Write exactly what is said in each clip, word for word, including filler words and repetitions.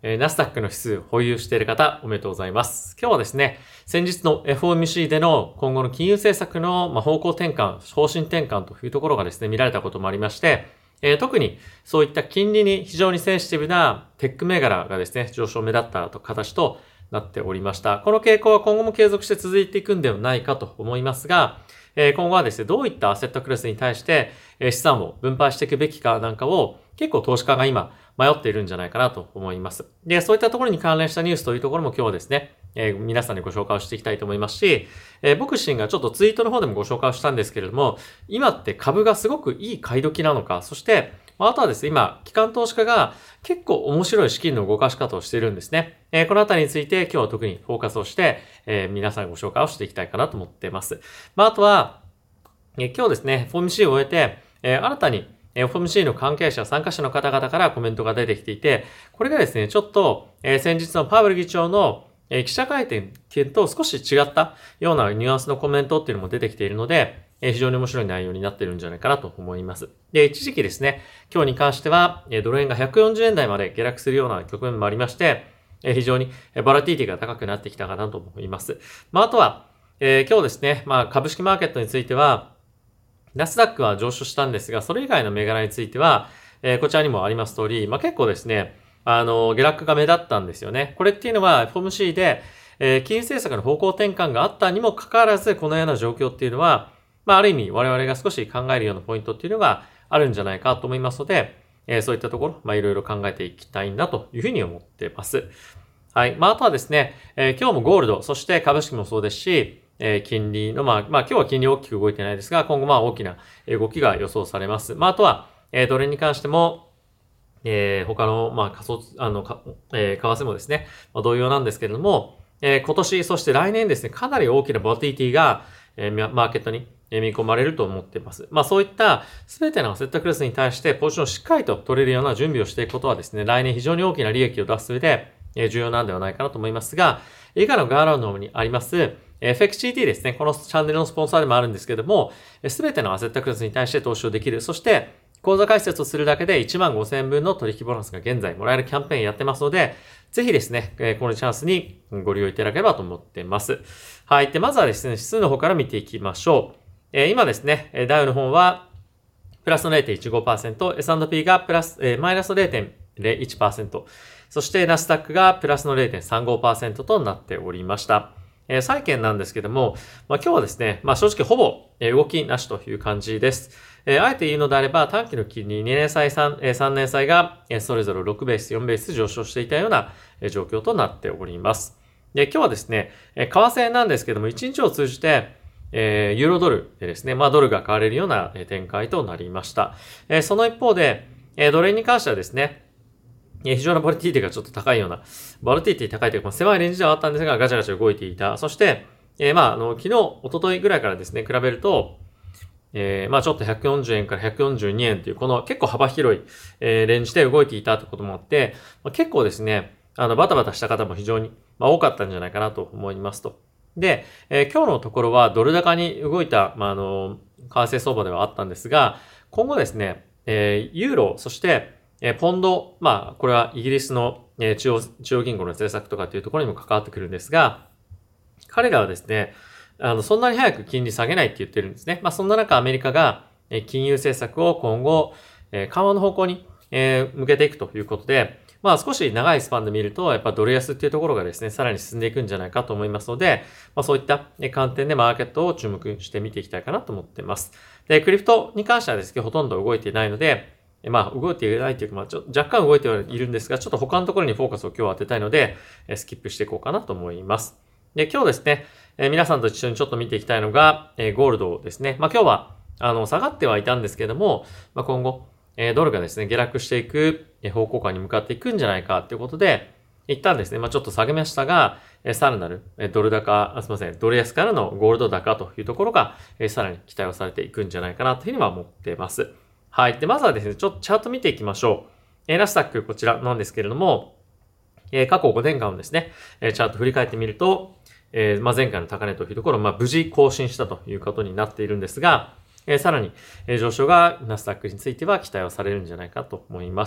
えー、ナスダックの指数保有している方、おめでとうございます。今日はですね、先日の エフオーエムシー での今後の金融政策のまあ方向転換、方針転換というところがですね、見られたこともありまして、えー、特にそういった金利に非常にセンシティブなテック銘柄がですね、上昇目立った形となっておりました。この傾向は今後も継続して続いていくんではないかと思いますが、えー、今後はですね、どういったアセットクラスに対して、えー、資産を分配していくべきかなんかを結構投資家が今迷っているんじゃないかなと思います。で、そういったところに関連したニュースというところも今日はですね、えー、皆さんにご紹介をしていきたいと思いますし、えー、僕自身がちょっとツイートの方でもご紹介をしたんですけれども、今って株がすごくいい買い時なのか、そして、あとはですね、今、機関投資家が結構面白い資金の動かし方をしているんですね。えー、このあたりについて今日は特にフォーカスをして、えー、皆さんにご紹介をしていきたいかなと思っています。まあ、あとは、えー、今日ですね、エフオーエムシー を終えて、えー、新たにエフオーエムシー の関係者、参加者の方々からコメントが出てきていて、これがですね、ちょっと、えー、先日のパウエル議長の、えー、記者会見と少し違ったようなニュアンスのコメントっていうのも出てきているので、えー、非常に面白い内容になっているんじゃないかなと思います。で、一時期ですね、今日に関しては、えー、ドル円がひゃくよんじゅうえん台まで下落するような局面もありまして、えー、非常にバラティティが高くなってきたかなと思います。まあ、あとは、えー、今日ですね、まあ、株式マーケットについては、ナスダックは上昇したんですが、それ以外の銘柄については、えー、こちらにもあります通り、まあ、結構ですね、あの、下落が目立ったんですよね。これっていうのは エフオーエムシー で、えー、金融政策の方向転換があったにもかかわらず、このような状況っていうのは、まあ、ある意味我々が少し考えるようなポイントっていうのがあるんじゃないかと思いますので、えー、そういったところ、まあ、いろいろ考えていきたいなというふうに思っています。はい。まあ、あとはですね、えー、今日もゴールド、そして株式もそうですし、えー、金利の、まあ、まあ、今日は金利大きく動いてないですが、今後まあ大きな動きが予想されます。まあ、あとは、えー、ドルに関しても、えー、他の、まあ、仮想、あの、か、えー、為替もですね、まあ、同様なんですけれども、えー、今年、そして来年ですね、かなり大きなボラティティが、えー、マーケットに見込まれると思っています。まあ、そういった全てのアセットクラスに対してポジションをしっかりと取れるような準備をしていくことはですね、来年非常に大きな利益を出す上で、えー、重要なんではないかなと思いますが、以下の概要欄にあります、エフエックスシーティー ですね。このチャンネルのスポンサーでもあるんですけども、すべてのアセットクラスに対して投資をできる。そして、口座開設をするだけでいちまんごせんえんぶんの取引ボーナスが現在もらえるキャンペーンやってますので、ぜひですね、このチャンスにご利用いただければと思っています。はい。で、まずはですね、指数の方から見ていきましょう。今ですね、ダウの方は、プラスの れいてんいちごパーセント、エスアンドピー がプラス、マイナスの れいてんれいいちパーセント、そしてナスダックがプラスの れいてんさんごパーセント となっておりました。えー、債券なんですけども、まあ、今日はですね、まあ、正直ほぼ動きなしという感じです。えー、あえて言うのであれば、短期の金利にねん債 3, えー、さんねん債がそれぞれろくベース、よんベース上昇していたような状況となっております。で、今日はですね、為替なんですけども、いちにちを通じて、えー、ユーロドルでですね、まあドルが買われるような展開となりました。えー、その一方で、えー、ドル円に関してはですね、非常なボラティティがちょっと高いような、ボラティティ高いというか、狭いレンジではあったんですが、ガチャガチャ動いていた。そして、えー、まあ、あの、昨日、一昨日ぐらいからですね、比べると、えー、まあちょっとひゃくよんじゅうえんからひゃくよんじゅうにえんという、この結構幅広い、えー、レンジで動いていたということもあって、まあ、結構ですね、あの、バタバタした方も非常に、まあ、多かったんじゃないかなと思いますと。で、えー、今日のところはドル高に動いた、まあ、あの、為替相場ではあったんですが、今後ですね、えー、ユーロ、そして、えー、ポンド、まあ、これはイギリスの、えー、中央、中央銀行の政策とかっていうところにも関わってくるんですが、彼らはですね、あの、そんなに早く金利下げないって言ってるんですね。まあ、そんな中アメリカが、えー、金融政策を今後、えー、緩和の方向に、えー、向けていくということで、まあ少し長いスパンで見ると、やっぱドル安っていうところがですね、さらに進んでいくんじゃないかと思いますので、まあそういった観点でマーケットを注目して見ていきたいかなと思っています。で、クリプトに関してはですけど、ほとんど動いていないので、まあ動いていないというか、まあちょ若干動いてはいるんですが、ちょっと他のところにフォーカスを今日当てたいので、スキップしていこうかなと思います。で、今日ですね、皆さんと一緒にちょっと見ていきたいのが、ゴールドですね。まあ今日は、あの、下がってはいたんですけれども、まあ今後、ドルがですね、下落していく方向感に向かっていくんじゃないかということで、一旦ですね、まあちょっと下げましたが、さらなるドル高、すみません、ドル安からのゴールド高というところが、さらに期待をされていくんじゃないかなというふうには思っています。はい。で、まずはですね、ちょっとチャート見ていきましょう。ナスダックこちらなんですけれども、過去ごねんかんをですね、チャート振り返ってみると、まあ前回の高値というところを、まあ無事更新したということになっているんですが、えー、さらに、えー、上昇がナスダックについては期待をされるんじゃないかと思います。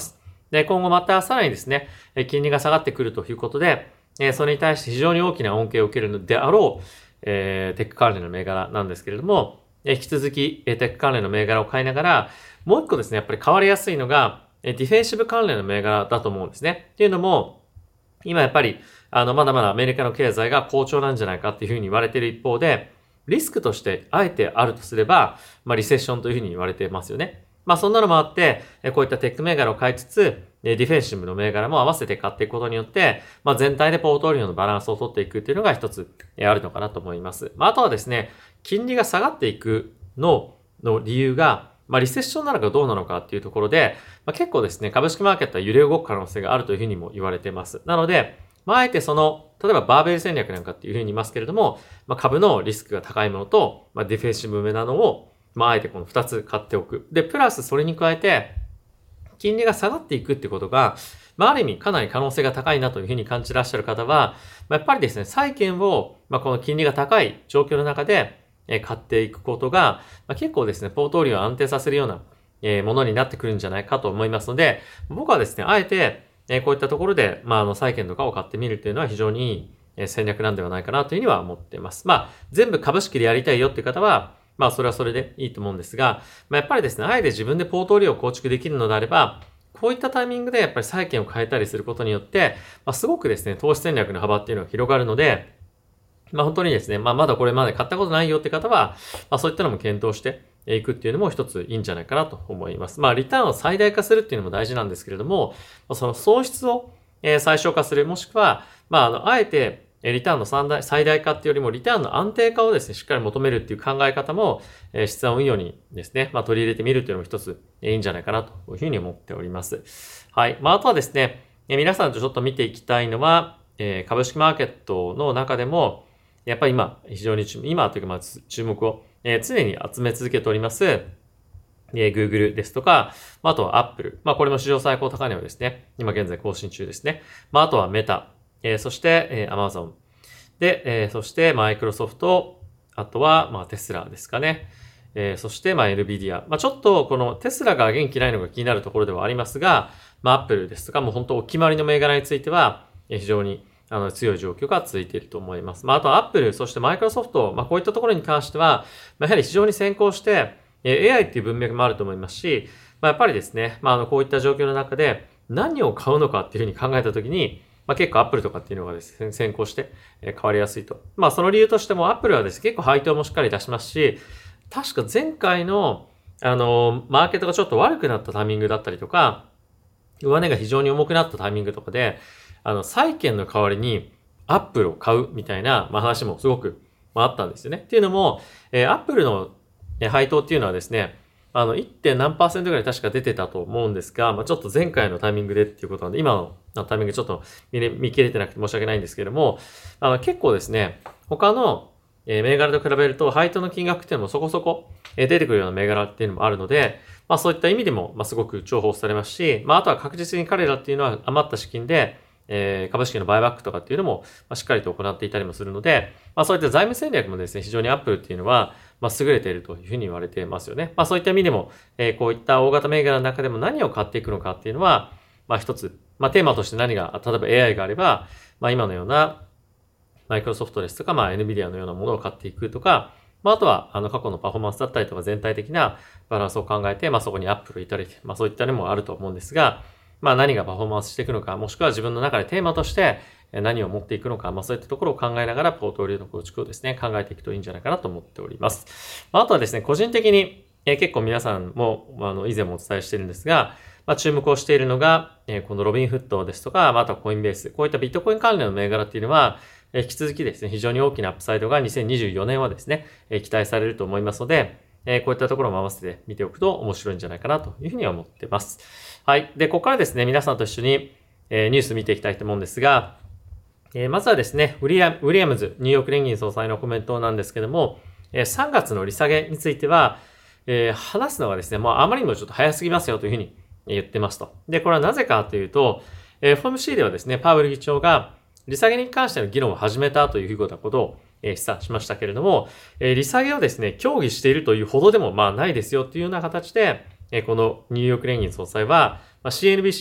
で、今後またさらにですね、金利が下がってくるということで、それに対して非常に大きな恩恵を受けるのであろう、えー、テック関連の銘柄なんですけれども、引き続きテック関連の銘柄を買いながら、もう一個ですね、やっぱり変わりやすいのが、ディフェンシブ関連の銘柄だと思うんですね。っていうのも、今やっぱり、あの、まだまだアメリカの経済が好調なんじゃないかっていうふうに言われている一方で、リスクとしてあえてあるとすれば、まあ、リセッションというふうに言われてますよね。まあ、そんなのもあって、こういったテック銘柄を買いつつ、ディフェンシブの銘柄も合わせて買っていくことによって、まあ、全体でポートフォリオのバランスを取っていくっていうのが一つあるのかなと思います。まあ、あとはですね、金利が下がっていくのの理由が、まあ、リセッションなのかどうなのかっていうところで、まあ、結構ですね、株式マーケットは揺れ動く可能性があるというふうにも言われています。なので、まあ、あえてその、例えばバーベル戦略なんかっていうふうに言いますけれども、まあ、株のリスクが高いものと、まあ、ディフェンシブなのを、まあ、あえてこの二つ買っておく。で、プラスそれに加えて、金利が下がっていくってことが、まあ、ある意味かなり可能性が高いなというふうに感じらっしゃる方は、まあ、やっぱりですね、債券を、まあ、この金利が高い状況の中で、え買っていくことが、まあ、結構ですね、ポートフォリオを安定させるような、えものになってくるんじゃないかと思いますので、僕はですね、あえて、えこういったところで、まあ、あの、債券とかを買ってみるというのは非常にいい、え戦略なんではないかなというふうには思っています。まあ、全部株式でやりたいよっていう方は、まあ、それはそれでいいと思うんですが、まあ、やっぱりですね、あえて自分でポートフォリオを構築できるのであれば、こういったタイミングでやっぱり債券を変えたりすることによって、まあ、すごくですね、投資戦略の幅っていうのが広がるので、まあ本当にですね、まあまだこれまで買ったことないよって方は、まあそういったのも検討していくっていうのも一ついいんじゃないかなと思います。まあリターンを最大化するっていうのも大事なんですけれども、その損失を最小化する、もしくは、まああの、あえてリターンの最大化っていうよりもリターンの安定化をですね、しっかり求めるっていう考え方も、資産運用にですね、まあ取り入れてみるっていうのも一ついいんじゃないかなというふうに思っております。はい。まああとはですね、皆さんとちょっと見ていきたいのは、株式マーケットの中でも、やっぱり今、非常に今というか、まあ、注目を、えー、常に集め続けております、えー、Google ですとか、まあ、あとは Apple。まあ、これも史上最高高値をですね、今現在更新中ですね。まあ、あとは Meta、えー、そして、えー、Amazon。で、えー、そして Microsoft、あとは、まあ、Tesla ですかね。えー、そして、まあ、Nvidia。まあ、ちょっと、この Tesla が元気ないのが気になるところではありますが、まあ、Apple ですとか、もう本当お決まりの銘柄については、非常にあの強い状況が続いていると思います。まあ、あとは Apple、そして Microsoft、まあ、こういったところに関しては、まあ、やはり非常に先行して、エーアイ っていう文脈もあると思いますし、まあ、やっぱりですね、まあ、あのこういった状況の中で何を買うのかっていうふうに考えたときに、まあ、結構 Apple とかっていうのがですね、先行して変わりやすいと。まあ、その理由としても Apple はですね、結構配当もしっかり出しますし、確か前回の、あの、マーケットがちょっと悪くなったタイミングだったりとか、上値が非常に重くなったタイミングとかで、あの、債券の代わりにアップルを買うみたいな、まあ、話もすごく、まあ、あったんですよね。っていうのも、えー、アップルの配当っていうのはですね、あの、いってん何パーセントぐらい確か出てたと思うんですが、まあ、ちょっと前回のタイミングでっていうことなんで、今のタイミングちょっと見れ、見切れてなくて申し訳ないんですけれども、あの、結構ですね、他の銘柄と比べると配当の金額っていうのもそこそこ出てくるような銘柄っていうのもあるので、まあそういった意味でも、まあ、すごく重宝されますし、まああとは確実に彼らっていうのは余った資金で、えー、株式のバイバックとかっていうのも、まあ、しっかりと行っていたりもするので、まあそういった財務戦略もですね、非常にアップルっていうのは、まあ優れているというふうに言われていますよね。まあそういった意味でも、えー、こういった大型銘柄の中でも何を買っていくのかっていうのは、まあ一つ、まあテーマとして何が、例えば エーアイ があれば、まあ今のような、マイクロソフトですとか、まあ Nvidia のようなものを買っていくとか、まああとは、あの過去のパフォーマンスだったりとか全体的なバランスを考えて、まあそこにアップルいたり、まあそういったのもあると思うんですが、まあ何がパフォーマンスしていくのか、もしくは自分の中でテーマとして何を持っていくのか、まあそういったところを考えながらポートフォリオの構築をですね、考えていくといいんじゃないかなと思っております。まああとはですね、個人的に、えー、結構皆さんも、あの以前もお伝えしているんですが、まあ注目をしているのが、えー、このロビンフットですとか、まあ、あとはコインベース、こういったビットコイン関連の銘柄っていうのは、引き続きですね、非常に大きなアップサイドがにせんにじゅうよねんはですね、期待されると思いますので、こういったところも合わせて見ておくと面白いんじゃないかなというふうには思っています。はい。で、ここからですね、皆さんと一緒にニュース見ていきたいと思うんですが、まずはですね、ウィリアム、ウィリアムズ、ニューヨーク連銀総裁のコメントなんですけども、さんがつの利下げについては、話すのがですね、もうあまりにもちょっと早すぎますよというふうに言ってますと。で、これはなぜかというと、エフオーエムシー ではですね、パウエル議長が、利下げに関しての議論を始めたということを示唆しましたけれども、利下げをですね、協議しているというほどでもまあないですよというような形で、このニューヨーク連銀総裁は シーエヌビーシー で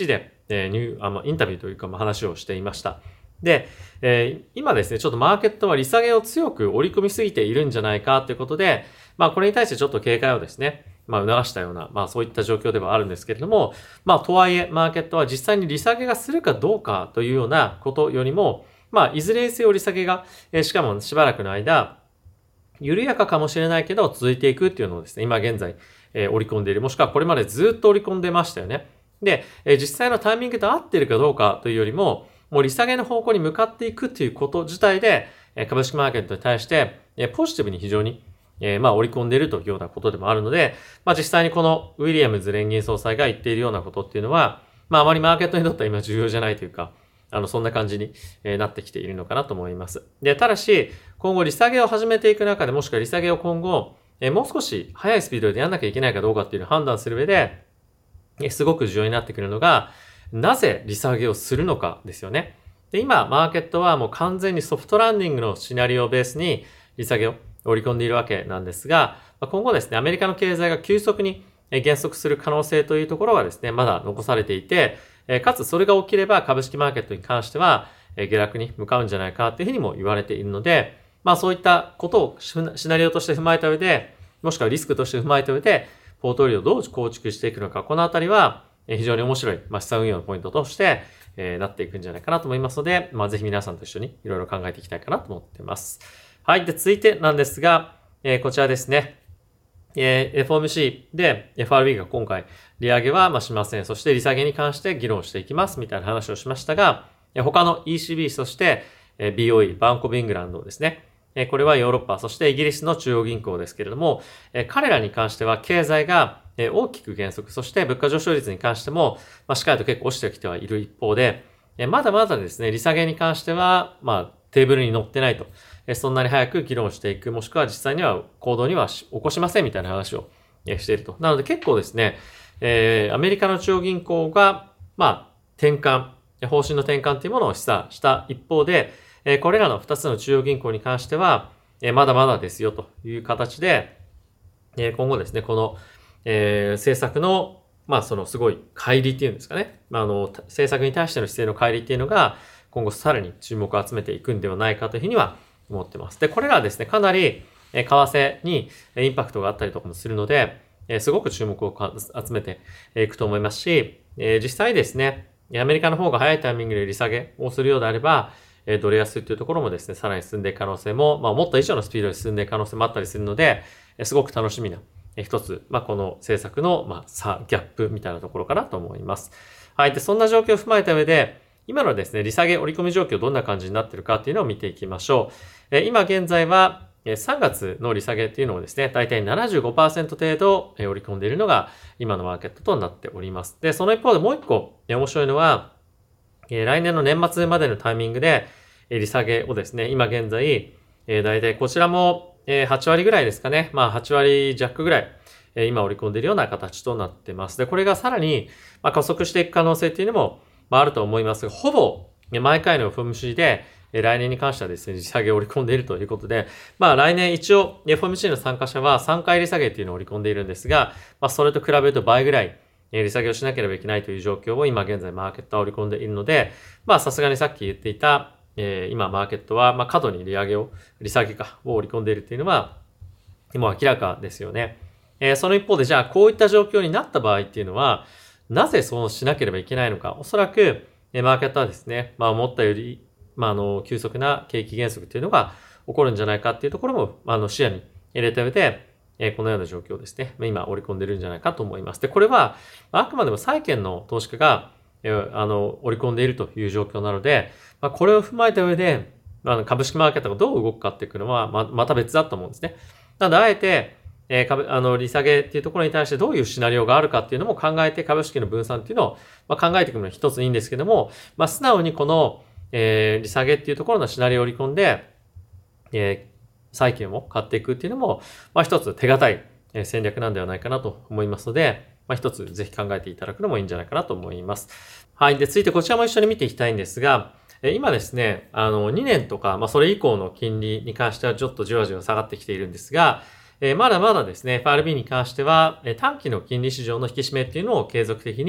えー、ニュー、あの、インタビューというか、まあ、話をしていました。で、えー、今ですね、ちょっとマーケットは利下げを強く織り込みすぎているんじゃないかということで、まあ、これに対してちょっと警戒をですね、まあ、促したような、まあ、そういった状況ではあるんですけれども、まあ、とはいえ、マーケットは実際に利下げがするかどうかというようなことよりも、まあ、いずれにせよ利下げが、えー、しかもしばらくの間、緩やかかもしれないけど、続いていくっていうのをですね、今現在、えー、織り込んでいる。もしくはこれまでずっと織り込んでましたよね。で、えー、実際のタイミングと合っているかどうかというよりも、もう利下げの方向に向かっていくということ自体で、えー、株式マーケットに対して、えー、ポジティブに非常に、えー、まあ、織り込んでいるというようなことでもあるので、まあ、実際にこのウィリアムズ連銀総裁が言っているようなことっていうのは、まあ、あまりマーケットにとっては今重要じゃないというか、あの、そんな感じになってきているのかなと思います。で、ただし、今後利下げを始めていく中で、もしくは利下げを今後、もう少し速いスピードでやんなきゃいけないかどうかっていうのを判断する上で、すごく重要になってくるのが、なぜ利下げをするのかですよね。で、今、マーケットはもう完全にソフトランディングのシナリオをベースに利下げを織り込んでいるわけなんですが、今後ですね、アメリカの経済が急速に減速する可能性というところがですね、まだ残されていて、かつそれが起きれば株式マーケットに関しては下落に向かうんじゃないかというふうにも言われているので、まあそういったことをシナリオとして踏まえた上で、もしくはリスクとして踏まえた上で、ポートフォリオをどう構築していくのか、このあたりは非常に面白い、まあ、資産運用のポイントとして、えー、なっていくんじゃないかなと思いますので、まあぜひ皆さんと一緒にいろいろ考えていきたいかなと思っています。はい。で、続いてなんですが、えー、こちらですね。えー、エフオーエムシー で エフアールビー が今回利上げはまあしません。そして利下げに関して議論していきますみたいな話をしましたが、他の イーシービー、そして ビーオーイー、バンコブイングランドですね。これはヨーロッパ、そしてイギリスの中央銀行ですけれども、彼らに関しては経済が大きく減速、そして物価上昇率に関しても、まあ、しっかりと結構落ちてきてはいる一方で、まだまだですね、利下げに関しては、まあ、テーブルに乗ってないと。そんなに早く議論していく、もしくは実際には行動には起こしませんみたいな話をしていると。なので結構ですね、えー、アメリカの中央銀行が、まあ、転換、方針の転換というものを示唆した一方で、えー、これらのふたつの中央銀行に関しては、えー、まだまだですよという形で、えー、今後ですね、この、えー、政策の、まあ、そのすごい乖離っていうんですかね。まあ、あの、政策に対しての姿勢の乖離っていうのが、今後さらに注目を集めていくんではないかというふうには思ってます。で、これらはですね、かなり、為替にインパクトがあったりとかもするので、すごく注目を集めていくと思いますし、実際ですね、アメリカの方が早いタイミングで利下げをするようであれば、ドル安というところもですね、さらに進んでいく可能性も、まあ、思った以上のスピードで進んでいく可能性もあったりするので、すごく楽しみな一つ、まあ、この政策の、まあ、差、ギャップみたいなところかなと思います。はい。で、そんな状況を踏まえた上で、今のですね、利下げ織り込み状況どんな感じになっているかっていうのを見ていきましょう。今現在はさんがつの利下げっていうのをですね、だいたい ななじゅうごパーセント 程度織り込んでいるのが今のマーケットとなっております。で、その一方でもう一個面白いのは、来年の年末までのタイミングで利下げをですね、今現在、だいたいこちらもはちわりぐらいですかね。まあはちわり弱ぐらい今織り込んでいるような形となっています。で、これがさらに加速していく可能性っていうのもまあ、あると思いますが、ほぼ毎回の エフオーエムシー で来年に関してはですね、利下げを織り込んでいるということで、まあ来年一応 エフオーエムシー の参加者はさんかい利下げっていうのを織り込んでいるんですが、まあそれと比べると倍ぐらい利下げをしなければいけないという状況を今現在マーケットは織り込んでいるので、まあさすがにさっき言っていた、えー、今マーケットはまあ過度に利上げを、利下げかを織り込んでいるっていうのは、もう明らかですよね。えー、その一方でじゃあこういった状況になった場合っていうのは、なぜそうしなければいけないのか。おそらく、マーケットはですね、まあ思ったより、まああの、急速な景気減速っていうのが起こるんじゃないかっていうところも、あの、視野に入れた上で、このような状況をですね、今織り込んでるんじゃないかと思います。で、これは、あくまでも債券の投資家が、あの、織り込んでいるという状況なので、まあ、これを踏まえた上で、あの、株式マーケットがどう動くかっていうのは、ま、また別だと思うんですね。なので、あえて、えー、株、あの、利下げっていうところに対してどういうシナリオがあるかっていうのも考えて株式の分散っていうのを、まあ、考えていくのが一ついいんですけども、まあ、素直にこの、えー、利下げっていうところのシナリオを織り込んで、えー、債券を買っていくっていうのも、まあ、一つ手堅い戦略なんではないかなと思いますので、まあ、一つぜひ考えていただくのもいいんじゃないかなと思います。はい。で、続いてこちらも一緒に見ていきたいんですが、今ですね、あの、にねんとか、まあ、それ以降の金利に関してはちょっとじわじわ下がってきているんですが、えー、まだまだですね、エフアールビー に関しては、えー、短期の金利市場の引き締めっていうのを継続的に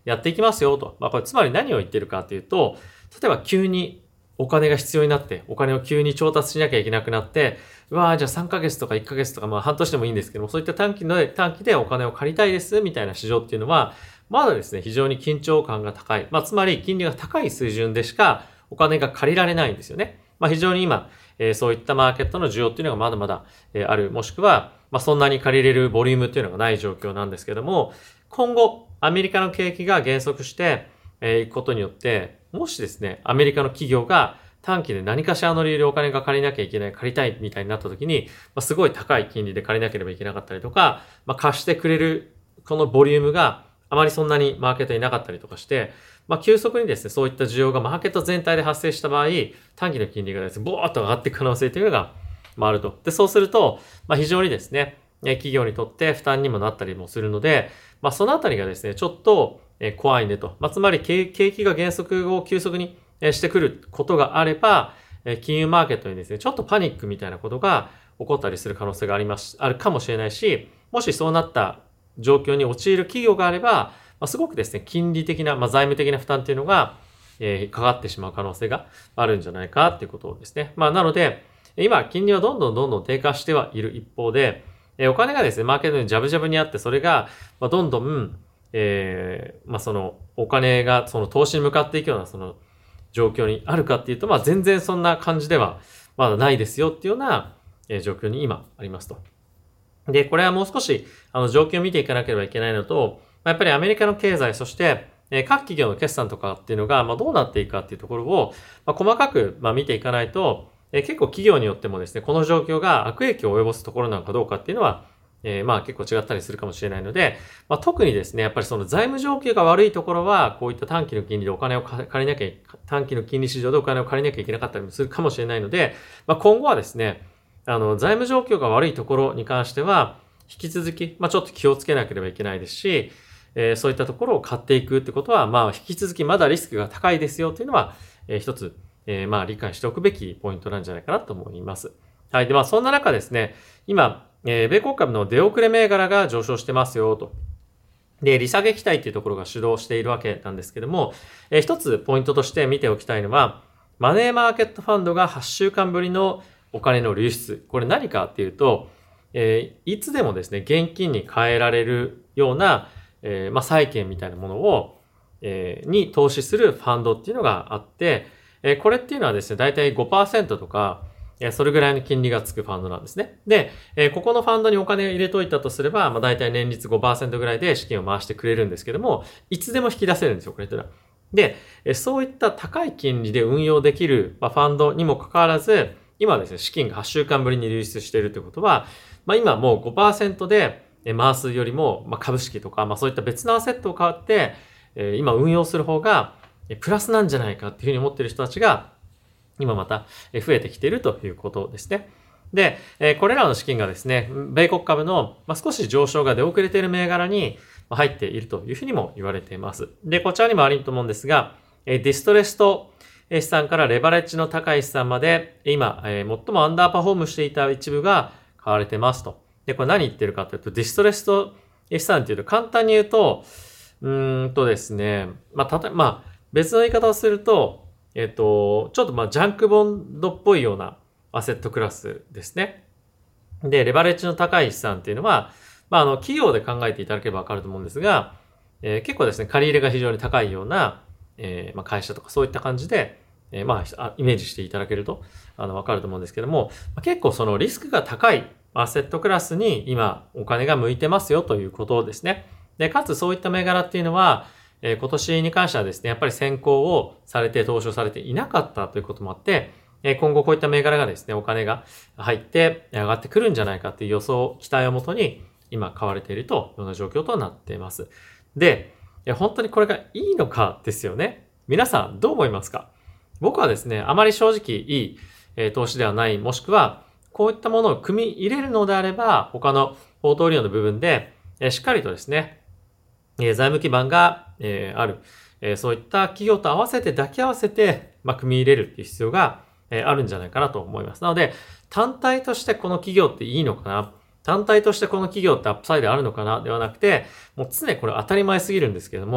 やっていきますよと。まあこれつまり何を言ってるかっていうと、例えば急にお金が必要になって、お金を急に調達しなきゃいけなくなって、うわーじゃあさんかげつとかいっかげつとかまあ半年でもいいんですけども、そういった短期の短期でお金を借りたいですみたいな市場っていうのは、まだですね、非常に緊張感が高い。まあつまり金利が高い水準でしかお金が借りられないんですよね。まあ非常に今、えー、そういったマーケットの需要っていうのがまだまだ、えー、ある。もしくは、まあそんなに借りれるボリュームっていうのがない状況なんですけども、今後、アメリカの景気が減速して、えー、いくことによって、もしですね、アメリカの企業が短期で何かしらの理由でお金が借りなきゃいけない、借りたいみたいになった時に、まあ、すごい高い金利で借りなければいけなかったりとか、まあ、貸してくれるこのボリュームがあまりそんなにマーケットになかったりとかして、まあ、急速にですね、そういった需要がマーケット全体で発生した場合、短期の金利がですね、ボーっと上がっていく可能性というのが、まあ、あると。で、そうすると、まあ、非常にですね、企業にとって負担にもなったりもするので、まあ、そのあたりがですね、ちょっと怖いねと。まあ、つまり景気が減速を急速にしてくることがあれば、金融マーケットにですね、ちょっとパニックみたいなことが起こったりする可能性があります、あるかもしれないし、もしそうなった状況に陥る企業があれば、まあ、すごくですね、金利的な、まあ、財務的な負担っていうのが、えー、かかってしまう可能性があるんじゃないかっていうことですね。まあ、なので、今、金利はどんどんどんどん低下してはいる一方で、えー、お金がですね、マーケットにジャブジャブにあって、それが、まあ、どんどん、えー、まあ、その、お金が、その投資に向かっていくような、その、状況にあるかっていうと、まあ全然そんな感じではまだないですよっていうような状況に今ありますと。で、これはもう少しあの状況を見ていかなければいけないのと、やっぱりアメリカの経済、そして各企業の決算とかっていうのがまあどうなっていくかっていうところをまあ細かくまあ見ていかないと、結構企業によってもですね、この状況が悪影響を及ぼすところなのかどうかっていうのはえー、まあ結構違ったりするかもしれないので、まあ特にですね、やっぱりその財務状況が悪いところは、こういった短期の金利でお金を借りなきゃ、短期の金利市場でお金を借りなきゃいけなかったりもするかもしれないので、まあ今後はですね、あの、財務状況が悪いところに関しては、引き続き、まあちょっと気をつけなければいけないですし、えー、そういったところを買っていくってことは、まあ引き続きまだリスクが高いですよというのは、えー、一つ、えー、まあ理解しておくべきポイントなんじゃないかなと思います。はい。で、まあそんな中ですね、今、えー、米国株の出遅れ銘柄が上昇してますよと。で、利下げ期待っていうところが主導しているわけなんですけども、えー、一つポイントとして見ておきたいのは、マネーマーケットファンドがはちしゅうかんぶりのお金の流出。これ何かっていうと、えー、いつでもですね、現金に変えられるような、えー、まあ、債券みたいなものを、えー、に投資するファンドっていうのがあって、えー、これっていうのはですね、だいたい ごパーセント とか、それぐらいの金利がつくファンドなんですね。で、ここのファンドにお金を入れといたとすれば、まあ大体年率 ごパーセント ぐらいで資金を回してくれるんですけども、いつでも引き出せるんですよ、これってのは。で、そういった高い金利で運用できるファンドにもかかわらず、今はですね、資金がはちしゅうかんぶりに流出しているということは、まあ今もう ごパーセント で回すよりも、まあ株式とか、まあそういった別のアセットを買って、今運用する方がプラスなんじゃないかっていうふうに思っている人たちが、今また増えてきているということですね。で、これらの資金がですね、米国株の少し上昇が出遅れている銘柄に入っているというふうにも言われています。で、こちらにもあると思うんですが、ディストレスト資産からレバレッジの高い資産まで、今、最もアンダーパフォームしていた一部が買われてますと。で、これ何言ってるかというと、ディストレスト資産っていうと簡単に言うと、うーんとですね、まあ、たと、まあ、別の言い方をすると、えっと、ちょっとまあジャンクボンドっぽいようなアセットクラスですね。で、レバレッジの高い資産っていうのは、まああの企業で考えていただければわかると思うんですが、えー、結構ですね、借り入れが非常に高いような、えー、まあ会社とかそういった感じで、えー、まあイメージしていただけるとあのわかると思うんですけども、結構そのリスクが高いアセットクラスに今お金が向いてますよということですね。で、かつそういった銘柄っていうのは、えー、今年に関してはですね、やっぱり先行をされて投資をされていなかったということもあって、えー、今後こういった銘柄がですね、お金が入って上がってくるんじゃないかっていう予想、期待をもとに今買われているというような状況となっています。で、いや本当にこれがいいのかですよね。皆さんどう思いますか？僕はですね、あまり正直いい、えー、投資ではない、もしくはこういったものを組み入れるのであれば、他のポートフォリオの部分で、えー、しっかりとですね、財務基盤がある。そういった企業と合わせて抱き合わせて、まあ、組み入れるっていう必要があるんじゃないかなと思います。なので、単体としてこの企業っていいのかな？単体としてこの企業ってアップサイドあるのかなではなくて、もう常にこれ当たり前すぎるんですけれども、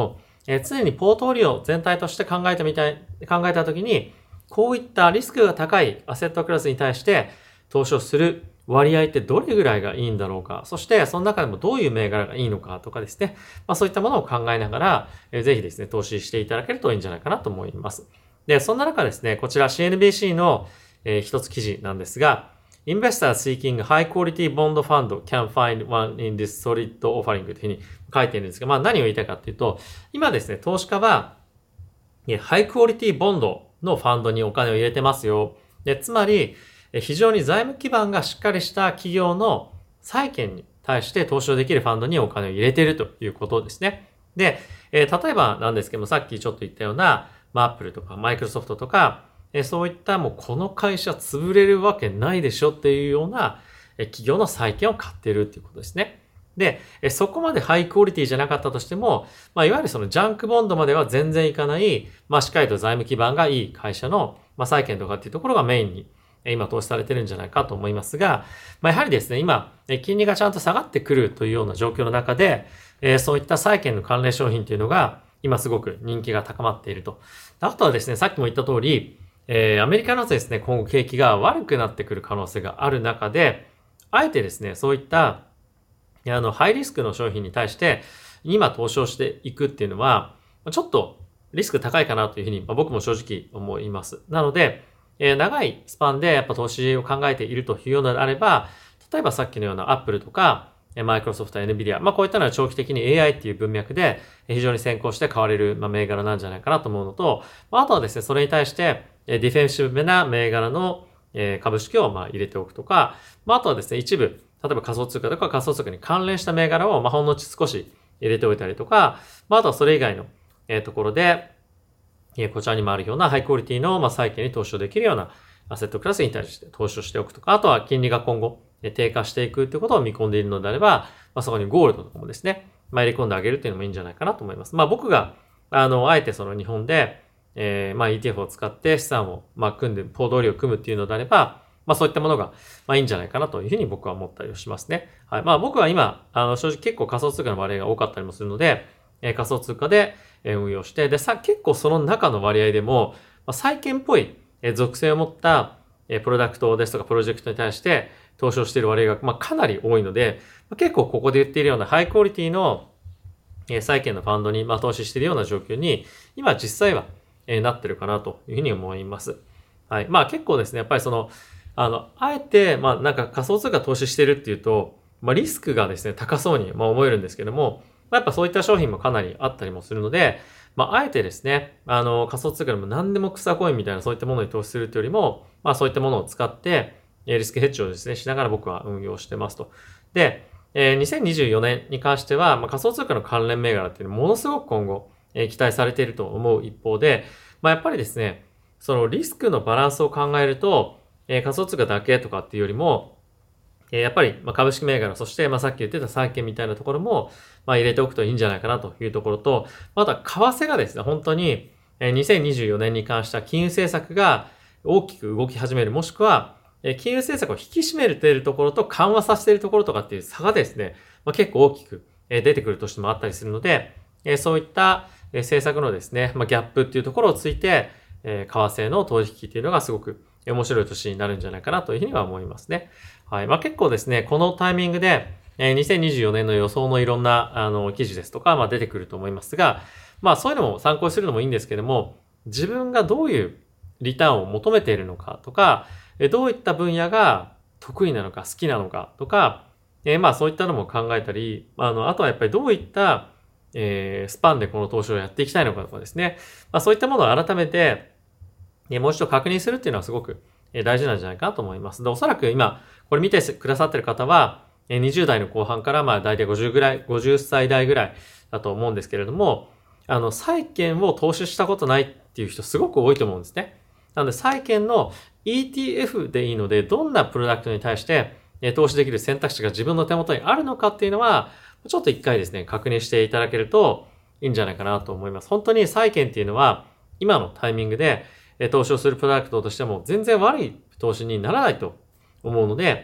えー、常にポートフォリオ全体として考えてみたい、考えたときに、こういったリスクが高いアセットクラスに対して投資をする割合ってどれぐらいがいいんだろうか。そして、その中でもどういう銘柄がいいのかとかですね。まあそういったものを考えながら、えー、ぜひですね、投資していただけるといいんじゃないかなと思います。で、そんな中ですね、こちら シーエヌビーシー の、えー、一つ記事なんですが、Investors seeking high quality bond fund can find one in this solid offering というふうに書いているんですが、まあ何を言いたいかというと、今ですね、投資家は、ハイクオリティボンドのファンドにお金を入れてますよ。で、つまり、非常に財務基盤がしっかりした企業の債券に対して投資をできるファンドにお金を入れているということですね。で、えー、例えばなんですけども、さっきちょっと言ったような、まあ、アップルとかマイクロソフトとか、えー、そういったもうこの会社潰れるわけないでしょっていうような、えー、企業の債券を買っているっていうことですね。で、えー、そこまでハイクオリティじゃなかったとしても、まあ、いわゆるそのジャンクボンドまでは全然いかない、まあ、しっかりと財務基盤がいい会社の、まあ、債券とかっていうところがメインに今投資されてるんじゃないかと思いますが、まあ、やはりですね、今、金利がちゃんと下がってくるというような状況の中で、えー、そういった債券の関連商品というのが、今すごく人気が高まっていると。あとはですね、さっきも言った通り、えー、アメリカのですね、今後景気が悪くなってくる可能性がある中で、あえてですね、そういった、あの、ハイリスクの商品に対して、今投資をしていくっていうのは、ちょっとリスク高いかなというふうに、まあ、僕も正直思います。なので、えー、長いスパンでやっぱ投資を考えているというようなのであれば、例えばさっきのような Apple とか、マイクロソフト、Nvidia、まあこういったのは長期的に エーアイ っていう文脈で非常に先行して買われる銘柄なんじゃないかなと思うのと、あとはですね、それに対してディフェンシブな銘柄の株式をまあ入れておくとか、まああとはですね、一部、例えば仮想通貨とか仮想通貨に関連した銘柄をまあほんの少し入れておいたりとか、まああとはそれ以外のところで、こちらにもあるようなハイクオリティのまあ債券に投資をできるようなアセットクラスに対して投資をしておくとか、あとは金利が今後低下していくということを見込んでいるのであれば、まあ、そこにゴールドとかもですね、まあ、入れ込んであげるっていうのもいいんじゃないかなと思います。まあ僕が、あの、あえてその日本で、えー、まあ イーティーエフ を使って資産をまあ組んで、ポートフォリオを組むっていうのであれば、まあそういったものが、まあいいんじゃないかなというふうに僕は思ったりしますね。はい。まあ僕は今、あの正直結構仮想通貨の割合が多かったりもするので、えー、仮想通貨で運用して、で、さ、結構その中の割合でも、まあ、債券っぽい属性を持ったプロダクトですとかプロジェクトに対して投資をしている割合が、まあ、かなり多いので、結構ここで言っているようなハイクオリティの債券のファンドにまあ投資しているような状況に今実際はなってるかなというふうに思います。はい。まあ結構ですね、やっぱりその、あの、あえて、まあなんか仮想通貨投資してるっていうと、まあリスクがですね、高そうにまあ思えるんですけども、まあ、やっぱそういった商品もかなりあったりもするので、まあ、あえてですね、あの、仮想通貨でも何でも草コインみたいなそういったものに投資するというよりも、まあそういったものを使って、リスクヘッジをですね、しながら僕は運用してますと。で、にせんにじゅうよねんに関しては、まあ、仮想通貨の関連銘柄っていうのはものすごく今後、期待されていると思う一方で、まあやっぱりですね、そのリスクのバランスを考えると、仮想通貨だけとかっていうよりも、やっぱり株式銘柄、そしてまあさっき言ってた債券みたいなところもまあ入れておくといいんじゃないかなというところと、また為替がですね、本当ににせんにじゅうよねんに関した金融政策が大きく動き始める、もしくは金融政策を引き締めているところと緩和させているところとかっていう差がですね、まあ、結構大きく出てくるとしてもあったりするので、そういった政策のですね、まあ、ギャップっていうところをついて、為替の取引っていうのがすごく面白い年になるんじゃないかなというふうには思いますね。はい。まあ結構ですね、このタイミングで、にせんにじゅうよねんの予想のいろんな、あの、記事ですとか、まあ出てくると思いますが、まあそういうのも参考にするのもいいんですけども、自分がどういうリターンを求めているのかとか、どういった分野が得意なのか好きなのかとか、えー、まあそういったのも考えたり、あの、あとはやっぱりどういった、えー、スパンでこの投資をやっていきたいのかとかですね、まあそういったものを改めて、もう一度確認するっていうのはすごく大事なんじゃないかなと思います。で、おそらく今、これ見てくださってる方は、にじゅう代の後半からまあ大体ごじゅうぐらい、ごじゅっさい代ぐらいだと思うんですけれども、あの、債券を投資したことないっていう人すごく多いと思うんですね。なので、債券の イーティーエフ でいいので、どんなプロダクトに対して投資できる選択肢が自分の手元にあるのかっていうのは、ちょっと一回ですね、確認していただけるといいんじゃないかなと思います。本当に債券っていうのは、今のタイミングで投資をするプロダクトとしても全然悪い投資にならないと思うので、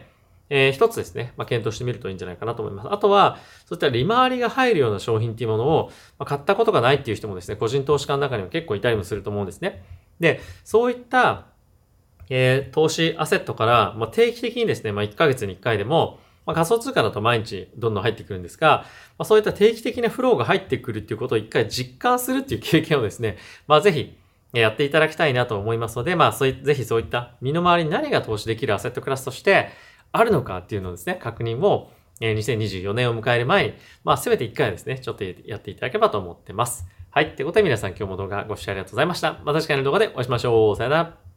えー、一つですね、まあ、検討してみるといいんじゃないかなと思います。あとは、そういった利回りが入るような商品っていうものを、まあ、買ったことがないっていう人もですね、個人投資家の中には結構いたりもすると思うんですね。で、そういった、えー、投資アセットから、まあ、定期的にですね、まあ、いっかげつにいっかいでも、まあ、仮想通貨だと毎日どんどん入ってくるんですが、まあ、そういった定期的なフローが入ってくるっていうことを一回実感するっていう経験をですね、まあ、ぜひ、やっていただきたいなと思いますので、まあ、そうい、ぜひそういった身の回りに何が投資できるアセットクラスとしてあるのかっていうのをですね、確認を、えー、にせんにじゅうよねんを迎える前に、まあ、せめていっかいはですね、ちょっとやっていただければと思ってます。はい。ということで皆さん今日も動画ご視聴ありがとうございました。また次回の動画でお会いしましょう。さよなら。